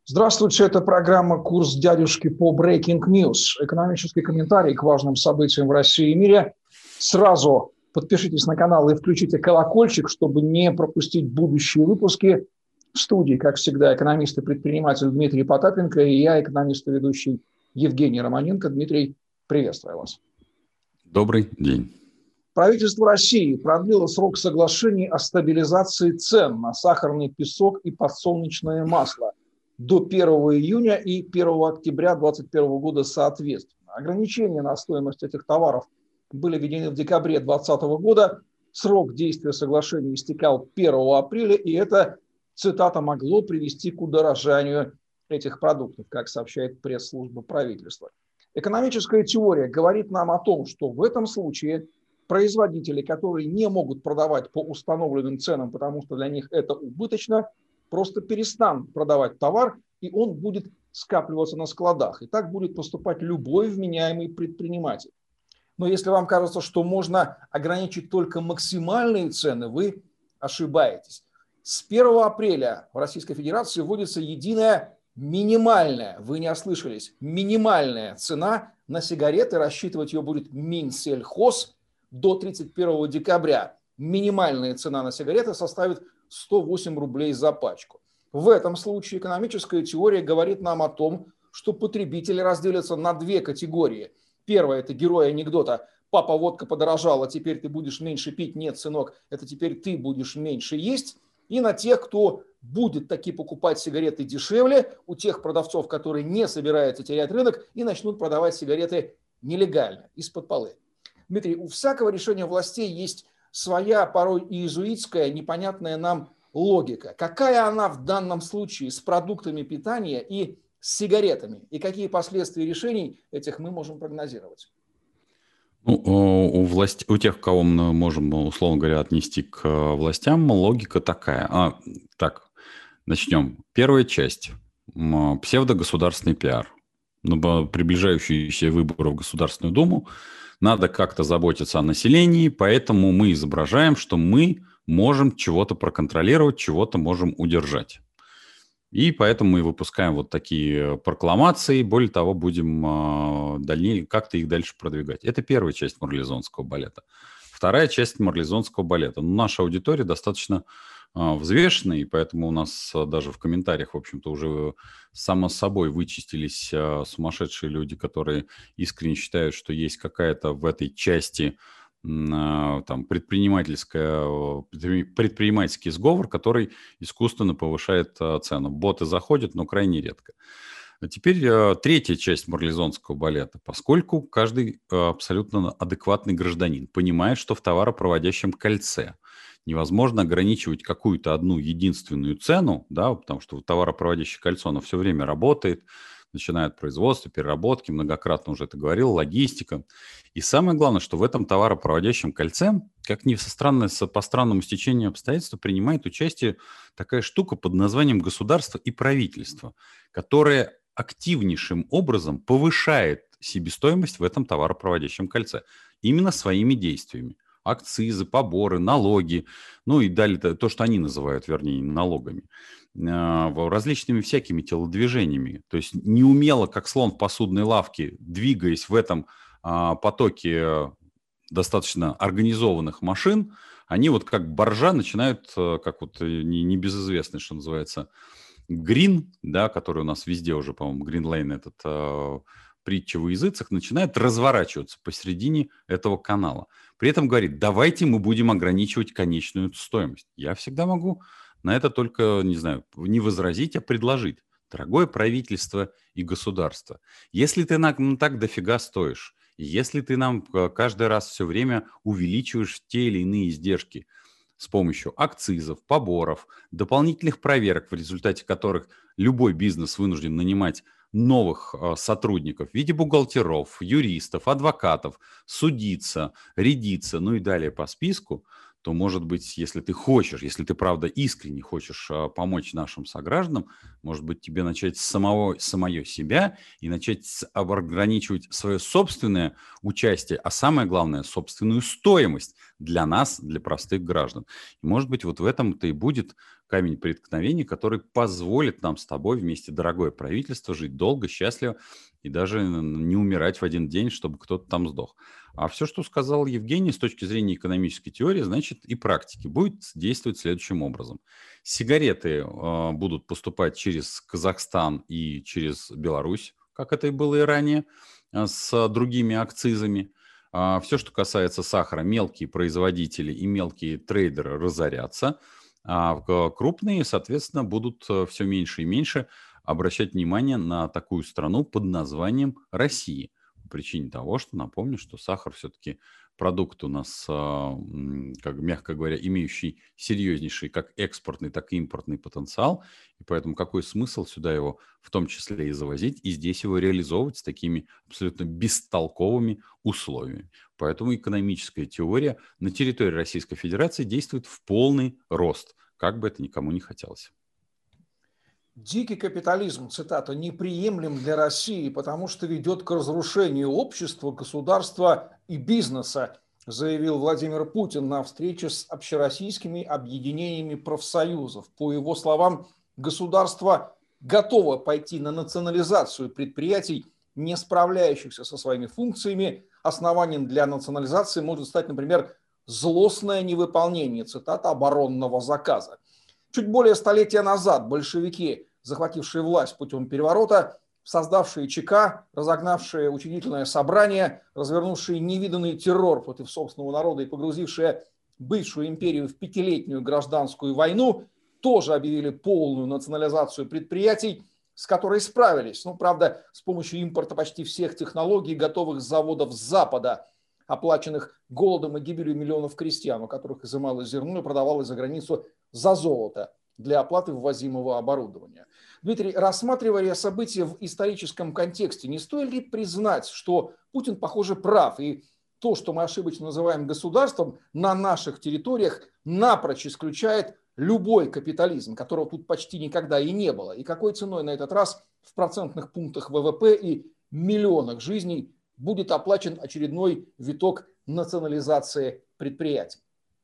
Здравствуйте, это программа «Курс дядюшки» по Breaking News. Экономический комментарий к важным событиям в России и мире. Сразу подпишитесь на канал и включите колокольчик, чтобы не пропустить будущие выпуски. В студии, как всегда, экономист и предприниматель Дмитрий Потапенко и я, экономист и ведущий Евгений Романенко. Дмитрий, приветствую вас. Добрый день. Правительство России продлило срок соглашений о стабилизации цен на сахарный песок и подсолнечное масло до 1 июня и 1 октября 2021 года соответственно. Ограничения на стоимость этих товаров были введены в декабре 2020 года. Срок действия соглашений истекал 1 апреля, и это, цитата, могло привести к удорожанию этих продуктов, как сообщает пресс-служба правительства. Экономическая теория говорит нам о том, что в этом случае производители, которые не могут продавать по установленным ценам, потому что для них это убыточно, просто перестанут продавать товар, и он будет скапливаться на складах. И так будет поступать любой вменяемый предприниматель. Но если вам кажется, что можно ограничить только максимальные цены, вы ошибаетесь. С 1 апреля в Российской Федерации вводится единая минимальная, вы не ослышались, минимальная цена на сигареты. Рассчитывать ее будет Минсельхоз до 31 декабря. Минимальная цена на сигареты составит 108 рублей за пачку. В этом случае экономическая теория говорит нам о том, что потребители разделятся на две категории. Первая – это герой анекдота: «Папа, водка подорожала, теперь ты будешь меньше пить». Нет, сынок, это теперь ты будешь меньше есть. И на тех, кто будет таки покупать сигареты дешевле, у тех продавцов, которые не собираются терять рынок и начнут продавать сигареты нелегально, из-под полы. Дмитрий, у всякого решения властей есть своя, порой иезуитская, непонятная нам логика. Какая она в данном случае с продуктами питания и с сигаретами? И какие последствия решений этих мы можем прогнозировать? У тех, кого мы можем, условно говоря, отнести к властям, логика такая. Так, начнем. Первая часть. Псевдогосударственный пиар. Приближающиеся выборы в Государственную Думу надо как-то заботиться о населении, поэтому мы изображаем, что мы можем чего-то проконтролировать, чего-то можем удержать. И поэтому мы выпускаем вот такие прокламации, более того, будем как-то их дальше продвигать. Это первая часть марлезонского балета. Вторая часть марлезонского балета. Наша аудитория достаточно взвешенная, и поэтому у нас даже в комментариях, в общем-то, уже само собой вычистились сумасшедшие люди, которые искренне считают, что есть какая-то в этой части предпринимательский сговор, который искусственно повышает цену. Боты заходят, но крайне редко. А теперь третья часть марлезонского балета. Поскольку каждый абсолютно адекватный гражданин понимает, что в товаропроводящем кольце невозможно ограничивать какую-то одну единственную цену, да, потому что товаропроводящее кольцо, оно все время работает, начиная от производства, переработки, многократно уже это говорил, логистика. И самое главное, что в этом товаропроводящем кольце, как ни по странному стечению обстоятельств, принимает участие такая штука под названием государство и правительство, которое активнейшим образом повышает себестоимость в этом товаропроводящем кольце именно своими действиями. Акцизы, поборы, налоги, ну и далее то, что они называют, вернее, налогами, различными всякими телодвижениями. То есть неумело, как слон в посудной лавке, двигаясь в этом потоке достаточно организованных машин, они вот как боржа начинают, как вот небезызвестный, что называется, Грин, да, который у нас везде уже, по-моему, Гринлейн, этот притча во языцах, начинает разворачиваться посередине этого канала. При этом говорит: давайте мы будем ограничивать конечную стоимость. Я всегда могу на это только, не знаю, не возразить, а предложить. Дорогое правительство и государство, если ты нам так дофига стоишь, если ты нам каждый раз все время увеличиваешь те или иные издержки с помощью акцизов, поборов, дополнительных проверок, в результате которых любой бизнес вынужден нанимать новых сотрудников в виде бухгалтеров, юристов, адвокатов, судиться, рядиться, ну и далее по списку, то, может быть, если ты хочешь, если ты, правда, искренне хочешь помочь нашим согражданам, может быть, тебе начать с самое себя и начать ограничивать свое собственное участие, а самое главное, собственную стоимость для нас, для простых граждан. И, может быть, вот в этом-то и будет камень преткновения, который позволит нам с тобой вместе, дорогое правительство, жить долго, счастливо и даже не умирать в один день, чтобы кто-то там сдох. А все, что сказал Евгений с точки зрения экономической теории, значит и практики, будет действовать следующим образом. Сигареты будут поступать через Казахстан и через Беларусь, как это и было и ранее, с другими акцизами. Все, что касается сахара, мелкие производители и мелкие трейдеры разорятся, а крупные, соответственно, будут все меньше и меньше обращать внимание на такую страну под названием Россия. По причине того, что, напомню, что сахар все-таки продукт у нас, как, мягко говоря, имеющий серьезнейший как экспортный, так и импортный потенциал. И поэтому какой смысл сюда его в том числе и завозить, и здесь его реализовывать с такими абсолютно бестолковыми условиями. Поэтому экономическая теория на территории Российской Федерации действует в полный рост, как бы это никому не хотелось. Дикий капитализм, цитата, неприемлем для России, потому что ведет к разрушению общества, государства и бизнеса, заявил Владимир Путин на встрече с общероссийскими объединениями профсоюзов. По его словам, государство готово пойти на национализацию предприятий, не справляющихся со своими функциями. Основанием для национализации может стать, например, злостное невыполнение, цитата, оборонного заказа. Чуть более столетия назад большевики, захватившие власть путем переворота, создавшие ЧК, разогнавшие учредительное собрание, развернувшие невиданный террор против собственного народа и погрузившие бывшую империю в 5-летнюю гражданскую войну, тоже объявили полную национализацию предприятий, с которой справились. Ну, правда, с помощью импорта почти всех технологий, готовых с заводов с Запада, оплаченных голодом и гибелью миллионов крестьян, у которых изымалось зерно и продавалось за границу за золото для оплаты ввозимого оборудования. Дмитрий, рассматривая события в историческом контексте, не стоит ли признать, что Путин, похоже, прав, и то, что мы ошибочно называем государством, на наших территориях напрочь исключает любой капитализм, которого тут почти никогда и не было? И какой ценой на этот раз в процентных пунктах ВВП и миллионах жизней будет оплачен очередной виток национализации предприятий?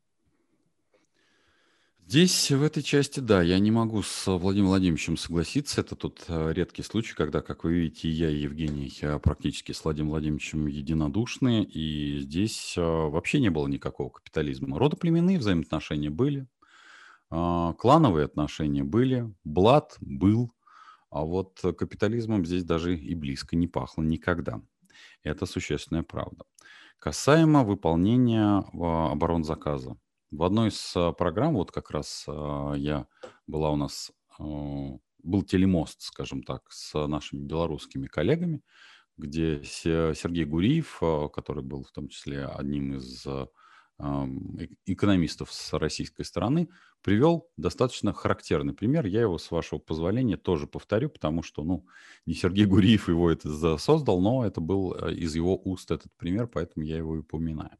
Здесь, в этой части, да, я не могу с Владимиром Владимировичем согласиться. Это тот редкий случай, когда, как вы видите, и я, и Евгений практически с Владимиром Владимировичем единодушны. И здесь вообще не было никакого капитализма. Родоплеменные взаимоотношения были, клановые отношения были, блат был. А вот капитализмом здесь даже и близко не пахло никогда. Это существенная правда. Касаемо выполнения оборонзаказа. В одной из программ, вот как раз была у нас, был телемост, скажем так, с нашими белорусскими коллегами, где Сергей Гуриев, который был в том числе одним из экономистов с российской стороны, привел достаточно характерный пример. Я его, с вашего позволения, тоже повторю, потому что, не Сергей Гуриев его это создал, но это был из его уст этот пример, поэтому я его и упоминаю.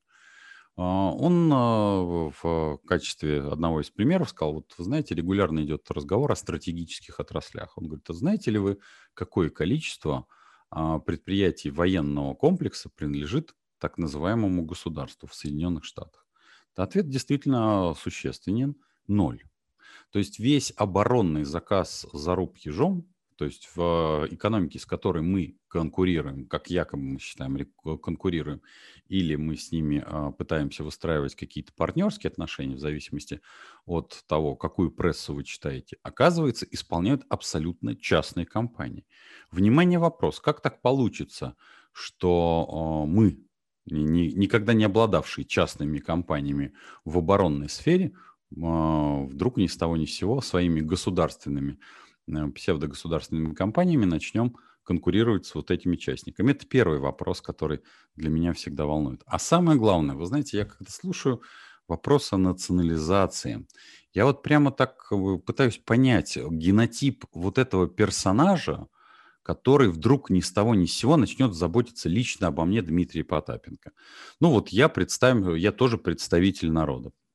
Он в качестве одного из примеров сказал, вот вы знаете, регулярно идет разговор о стратегических отраслях. Он говорит, а знаете ли вы, какое количество предприятий военного комплекса принадлежит так называемому государству в Соединенных Штатах? Ответ действительно существенен – 0. То есть весь оборонный заказ за руб ежом, то есть в экономике, с которой мы конкурируем, как якобы мы считаем, конкурируем, или мы с ними пытаемся выстраивать какие-то партнерские отношения в зависимости от того, какую прессу вы читаете, оказывается, исполняют абсолютно частные компании. Внимание, вопрос, как так получится, что мы, никогда не обладавшие частными компаниями в оборонной сфере, вдруг ни с того ни с сего своими государственными, псевдогосударственными компаниями начнем конкурировать с вот этими частниками. Это первый вопрос, который для меня всегда волнует. А самое главное, вы знаете, я когда слушаю вопрос о национализации, я вот прямо так пытаюсь понять генотип вот этого персонажа, который вдруг ни с того ни с сего начнет заботиться лично обо мне, Дмитрий Потапенко. Ну вот я тоже представитель народа.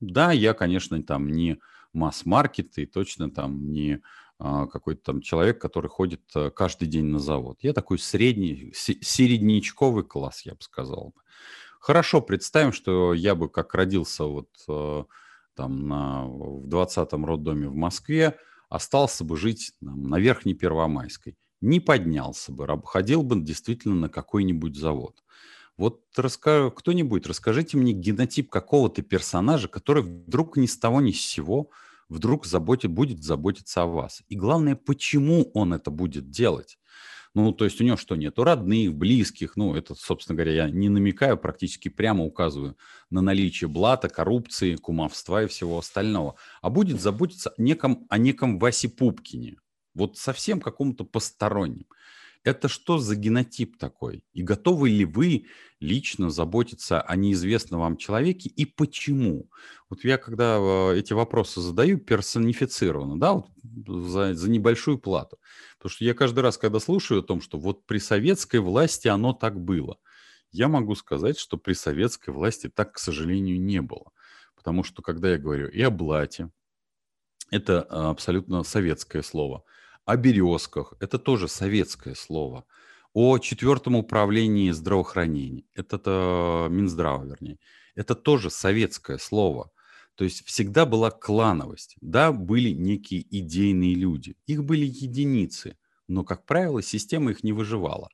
Да, я, конечно, там не масс-маркет и точно там не какой-то там человек, который ходит каждый день на завод. Я такой средний, середнячковый класс, я бы сказал. Хорошо, представим, что я бы как родился вот там в 20-м роддоме в Москве, остался бы жить там, на Верхней Первомайской. Не поднялся бы, ходил бы действительно на какой-нибудь завод. Вот кто-нибудь, расскажите мне генотип какого-то персонажа, который вдруг ни с того ни с сего вдруг будет заботиться о вас. И главное, почему он это будет делать. Ну, то есть у него что, нету родных, близких? Ну, это, собственно говоря, я не намекаю, практически прямо указываю на наличие блата, коррупции, кумовства и всего остального. А будет заботиться о неком Васе Пупкине. Вот совсем какому-то посторонним. Это что за генотип такой? И готовы ли вы лично заботиться о неизвестном вам человеке и почему? Вот я когда эти вопросы задаю персонифицированно, да, вот за небольшую плату. Потому что я каждый раз, когда слушаю о том, что вот при советской власти оно так было, я могу сказать, что при советской власти так, к сожалению, не было. Потому что когда я говорю и о блате, это абсолютно советское слово. О березках – это тоже советское слово. О четвертом управлении здравоохранения – это Минздрава, вернее. Это тоже советское слово. То есть всегда была клановость. Да, были некие идейные люди. Их были единицы. Но, как правило, система их не выживала.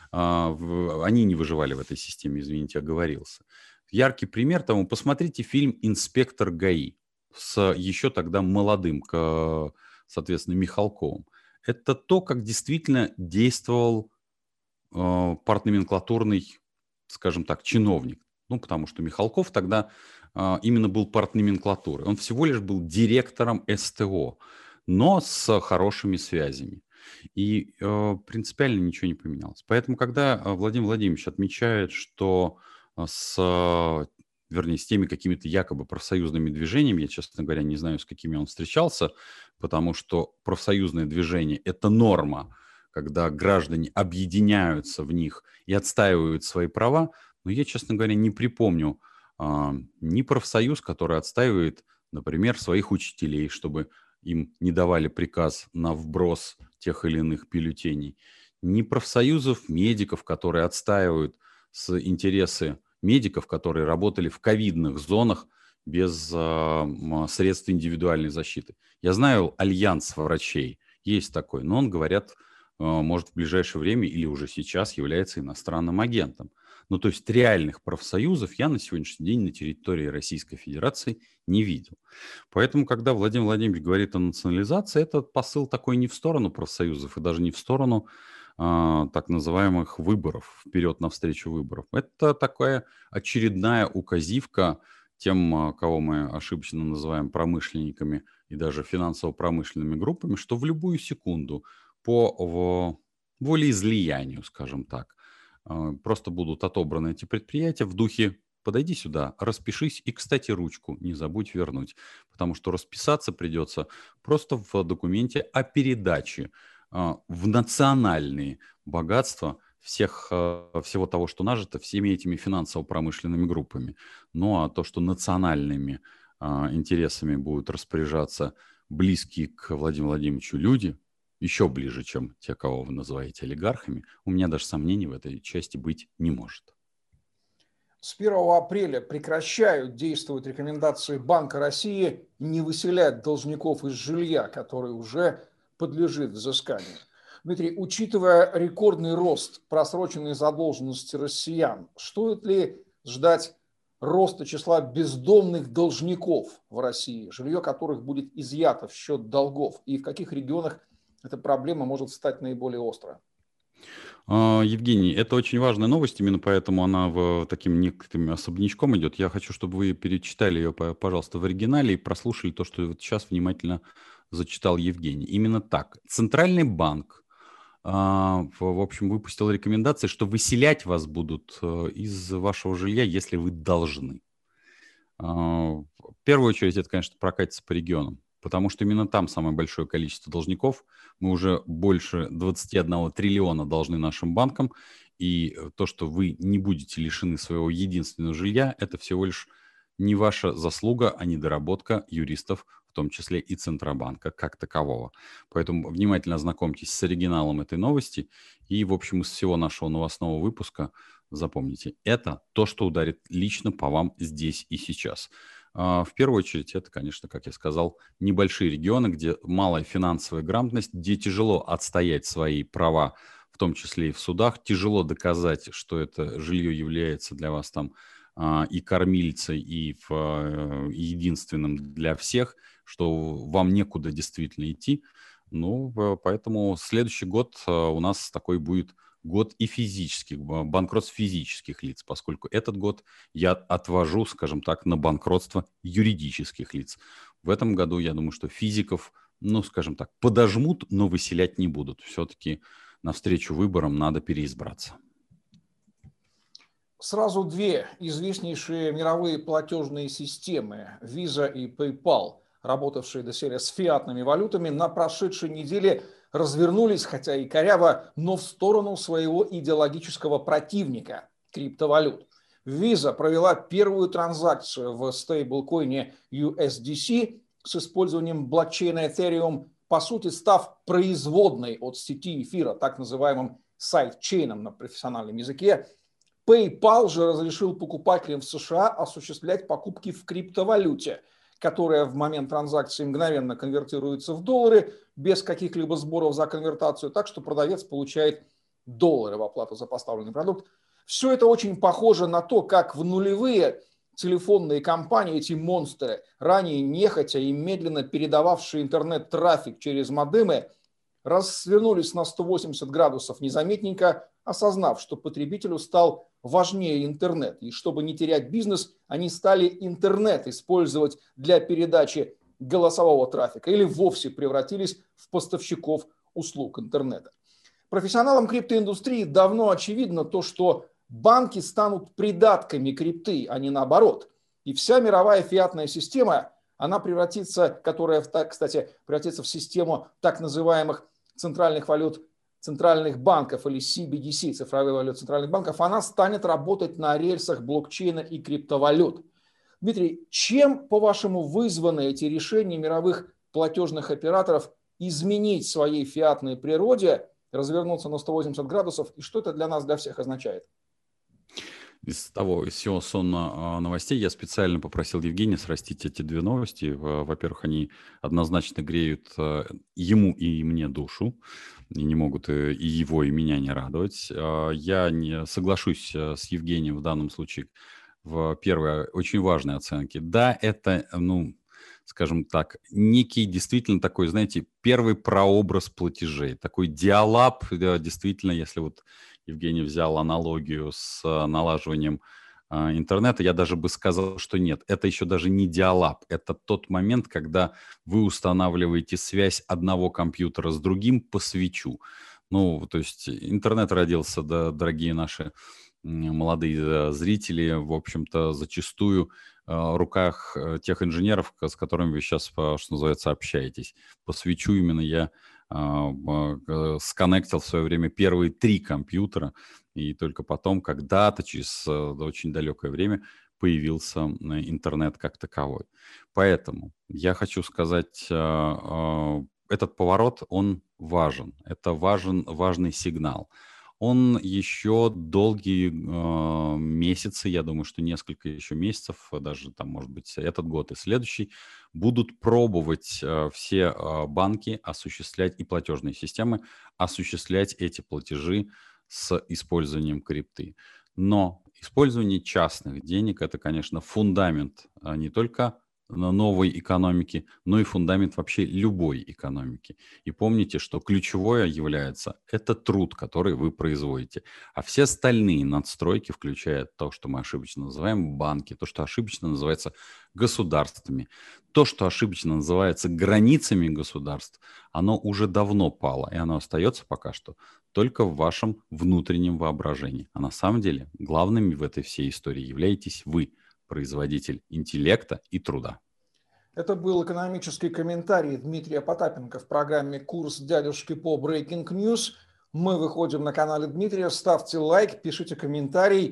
Они не выживали в этой системе, извините, оговорился. Яркий пример тому, посмотрите фильм «Инспектор ГАИ» с еще тогда молодым, соответственно, Михалковым. Это то, как действительно действовал партноменклатурный, скажем так, чиновник. Ну, потому что Михалков тогда именно был партноменклатурой. Он всего лишь был директором СТО, но с хорошими связями. И принципиально ничего не поменялось. Поэтому, когда Владимир Владимирович отмечает, что вернее, с теми какими-то якобы профсоюзными движениями, я, честно говоря, не знаю, с какими он встречался, потому что профсоюзное движение – это норма, когда граждане объединяются в них и отстаивают свои права, но я, честно говоря, не припомню ни профсоюз, который отстаивает, например, своих учителей, чтобы им не давали приказ на вброс тех или иных бюллетеней, ни профсоюзов медиков, которые отстаивают интересы медиков, которые работали в ковидных зонах без средств индивидуальной защиты. Я знаю альянс врачей, есть такой, но он, говорят, может в ближайшее время или уже сейчас является иностранным агентом. Ну, то есть реальных профсоюзов я на сегодняшний день на территории Российской Федерации не видел. Поэтому, когда Владимир Владимирович говорит о национализации, этот посыл такой не в сторону профсоюзов и даже не в сторону так называемых выборов, вперед навстречу выборов. Это такая очередная указивка тем, кого мы ошибочно называем промышленниками и даже финансово-промышленными группами, что в любую секунду по волеизлиянию, скажем так, просто будут отобраны эти предприятия в духе «подойди сюда, распишись и, кстати, ручку не забудь вернуть», потому что расписаться придется просто в документе о передаче в национальные богатства всего того, что нажито всеми этими финансово-промышленными группами. Ну а то, что национальными интересами будут распоряжаться близкие к Владимиру Владимировичу люди, еще ближе, чем те, кого вы называете олигархами, у меня даже сомнений в этой части быть не может. С 1 апреля прекращают действовать рекомендации Банка России не выселять должников из жилья, которое уже подлежит взысканию. Дмитрий, учитывая рекордный рост просроченной задолженности россиян, стоит ли ждать роста числа бездомных должников в России, жилье которых будет изъято в счет долгов? И в каких регионах эта проблема может стать наиболее острой? Евгений, это очень важная новость, именно поэтому она таким некоторым особнячком идет. Я хочу, чтобы вы перечитали ее, пожалуйста, в оригинале и прослушали то, что вот сейчас внимательно зачитал Евгений. Именно так. Центральный банк, в общем, выпустил рекомендации, что выселять вас будут из вашего жилья, если вы должны. В первую очередь это, конечно, прокатится по регионам, потому что именно там самое большое количество должников. Мы уже больше 21 триллиона должны нашим банкам, и то, что вы не будете лишены своего единственного жилья, это всего лишь не ваша заслуга, а недоработка юристов, в том числе и Центробанка как такового. Поэтому внимательно ознакомьтесь с оригиналом этой новости и, в общем, из всего нашего новостного выпуска запомните, это то, что ударит лично по вам здесь и сейчас. В первую очередь, это, конечно, как я сказал, небольшие регионы, где малая финансовая грамотность, где тяжело отстоять свои права, в том числе и в судах, тяжело доказать, что это жилье является для вас там и кормильцей, и единственным для всех, что вам некуда действительно идти. Ну, поэтому следующий год у нас такой будет год и физических, банкротств физических лиц, поскольку этот год я отвожу, скажем так, на банкротство юридических лиц. В этом году, я думаю, что физиков, ну, скажем так, подожмут, но выселять не будут. Все-таки навстречу выборам надо переизбраться. Сразу две известнейшие мировые платежные системы Visa и PayPal, работавшие доселе с фиатными валютами, на прошедшей неделе развернулись, хотя и коряво, но в сторону своего идеологического противника – криптовалют. Visa провела первую транзакцию в стейблкоине USDC с использованием блокчейна Ethereum, по сути став производной от сети эфира, так называемым сайдчейном на профессиональном языке. PayPal же разрешил покупателям в США осуществлять покупки в криптовалюте, которая в момент транзакции мгновенно конвертируется в доллары без каких-либо сборов за конвертацию, так что продавец получает доллары в оплату за поставленный продукт. Все это очень похоже на то, как в нулевые телефонные компании, эти монстры, ранее нехотя и медленно передававшие интернет-трафик через модемы, развернулись на 180 градусов незаметненько, осознав, что потребителю стал важнее интернет. И чтобы не терять бизнес, они стали интернет использовать для передачи голосового трафика или вовсе превратились в поставщиков услуг интернета. Профессионалам криптоиндустрии давно очевидно то, что банки станут придатками крипты, а не наоборот. И вся мировая фиатная система, она превратится, которая, кстати, превратится в систему так называемых центральных валют центральных банков или CBDC, цифровые валюты центральных банков, она станет работать на рельсах блокчейна и криптовалют. Дмитрий, чем, по-вашему, вызваны эти решения мировых платежных операторов изменить своей фиатной природе, развернуться на 180 градусов, и что это для нас, для всех означает? Из всего сонма новостей я специально попросил Евгения срастить эти две новости. Во-первых, они однозначно греют ему и мне душу, и не могут и его, и меня не радовать. Я не соглашусь с Евгением в данном случае в первой очень важной оценке. Да, это, ну, скажем так, некий действительно такой, знаете, первый прообраз платежей, такой диалаб, действительно, если вот Евгений взял аналогию с налаживанием интернета, я даже бы сказал, что нет, это еще даже не диалаб, это тот момент, когда вы устанавливаете связь одного компьютера с другим по свечу. Ну, то есть интернет родился, да, дорогие наши молодые зрители, в общем-то, зачастую в руках тех инженеров, с которыми вы сейчас, что называется, общаетесь. По свечу именно я сконнектил в свое время первые 3 компьютера, и только потом, когда-то, через очень далекое время, появился интернет как таковой. Поэтому я хочу сказать, этот поворот, он важен. Это важный сигнал. Он еще долгие месяцы, я думаю, что несколько еще месяцев, даже там, может быть, этот год и следующий, будут пробовать все банки осуществлять и платежные системы, осуществлять эти платежи с использованием крипты. Но использование частных денег – это, конечно, фундамент не только новой экономики, но и фундамент вообще любой экономики. И помните, что ключевое является это труд, который вы производите. А все остальные надстройки, включая то, что мы ошибочно называем банки, то, что ошибочно называется государствами, то, что ошибочно называется границами государств, оно уже давно пало, и оно остается пока что только в вашем внутреннем воображении. А на самом деле главными в этой всей истории являетесь вы, производитель интеллекта и труда. Это был экономический комментарий Дмитрия Потапенко в программе «Курс дядюшки по Breaking News». Мы выходим на канале Дмитрия. Ставьте лайк, пишите комментарий.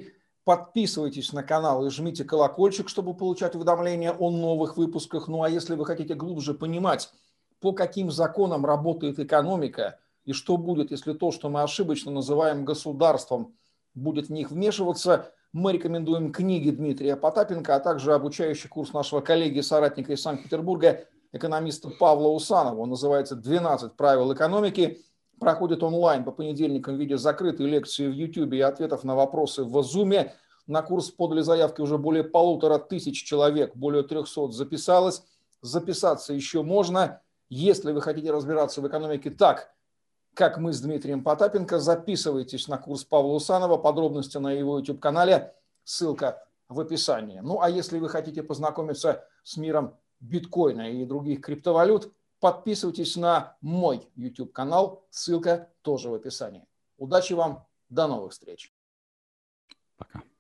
Подписывайтесь на канал и жмите колокольчик, чтобы получать уведомления о новых выпусках. Ну а если вы хотите глубже понимать, по каким законам работает экономика и что будет, если то, что мы ошибочно называем государством, будет в них вмешиваться, мы рекомендуем книги Дмитрия Потапенко, а также обучающий курс нашего коллеги и соратника из Санкт-Петербурга, экономиста Павла Усанова. Он называется «12 правил экономики». Проходит онлайн по понедельникам в виде закрытой лекции в YouTube и ответов на вопросы в Zoom. На курс подали заявки уже более 1500 человек, более 300 записалось. Записаться еще можно. Если вы хотите разбираться в экономике так, как мы с Дмитрием Потапенко, записывайтесь на курс Павла Усанова. Подробности на его YouTube-канале. Ссылка в описании. Ну а если вы хотите познакомиться с миром биткоина и других криптовалют, подписывайтесь на мой YouTube-канал, ссылка тоже в описании. Удачи вам, до новых встреч. Пока.